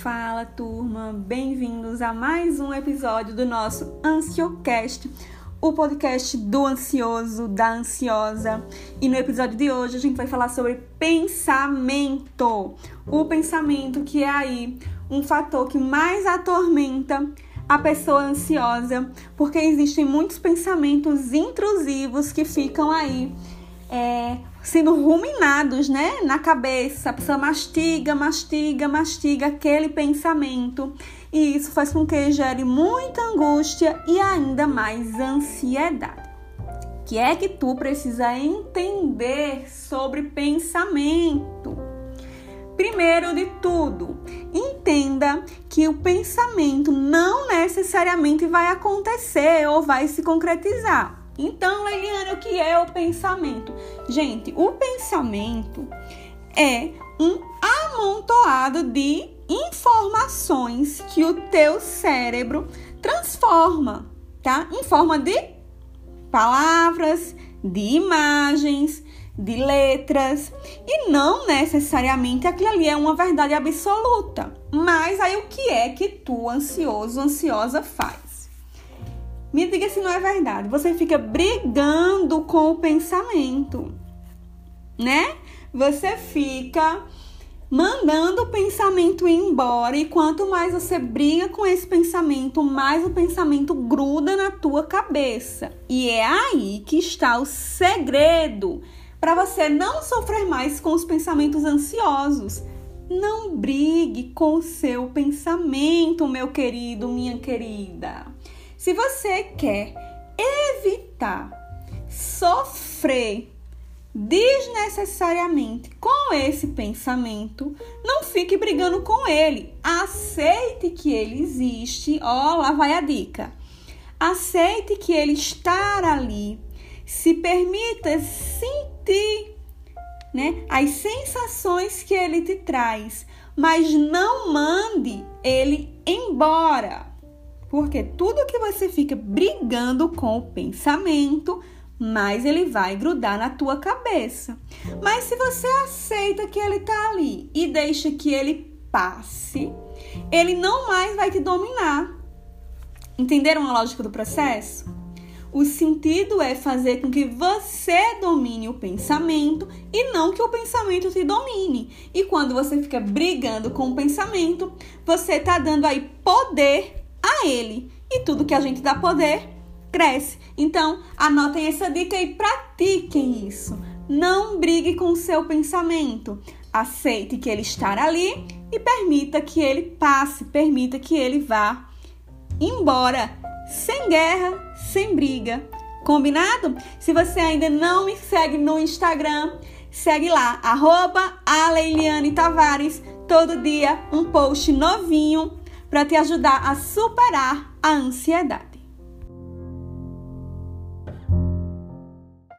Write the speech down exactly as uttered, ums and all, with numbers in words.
Fala, turma! Bem-vindos a mais um episódio do nosso Ansiocast, o podcast do ansioso, da ansiosa. E no episódio de hoje a gente vai falar sobre pensamento. O pensamento que é aí um fator que mais atormenta a pessoa ansiosa, porque existem muitos pensamentos intrusivos que ficam aí é, sendo ruminados, né, na cabeça. A pessoa mastiga, mastiga, mastiga aquele pensamento e isso faz com que gere muita angústia e ainda mais ansiedade. O que é que tu precisa entender sobre pensamento? Primeiro de tudo, entenda que o pensamento não necessariamente vai acontecer ou vai se concretizar. Então, Leiliane, o que é o pensamento? Gente, o pensamento é um amontoado de informações que o teu cérebro transforma, tá? Em forma de palavras, de imagens, de letras, e não necessariamente aquilo ali é uma verdade absoluta. Mas aí o que é que tu, ansioso, ansiosa, faz? Me diga se não é verdade. Você fica brigando com o pensamento, né? Você fica mandando o pensamento ir embora, e quanto mais você briga com esse pensamento, mais o pensamento gruda na tua cabeça. E é aí que está o segredo para você não sofrer mais com os pensamentos ansiosos. Não brigue com o seu pensamento, meu querido, minha querida. Se você quer evitar sofrer desnecessariamente com esse pensamento, não fique brigando com ele. Aceite que ele existe. Ó, lá vai a dica. Aceite que ele está ali. Se permita sentir, né, as sensações que ele te traz, mas não mande ele embora. Porque tudo que você fica brigando com o pensamento, mais ele vai grudar na tua cabeça. Mas se você aceita que ele está ali e deixa que ele passe, ele não mais vai te dominar. Entenderam a lógica do processo? O sentido é fazer com que você domine o pensamento e não que o pensamento te domine. E quando você fica brigando com o pensamento, você está dando aí poder a ele. E tudo que a gente dá poder, cresce. Então, anotem essa dica e pratiquem isso. Não brigue com o seu pensamento. Aceite que ele está ali e permita que ele passe, permita que ele vá embora. Sem guerra, sem briga. Combinado? Se você ainda não me segue no Instagram, segue lá, arroba a Leiliane Tavares. Todo dia um post novinho para te ajudar a superar a ansiedade.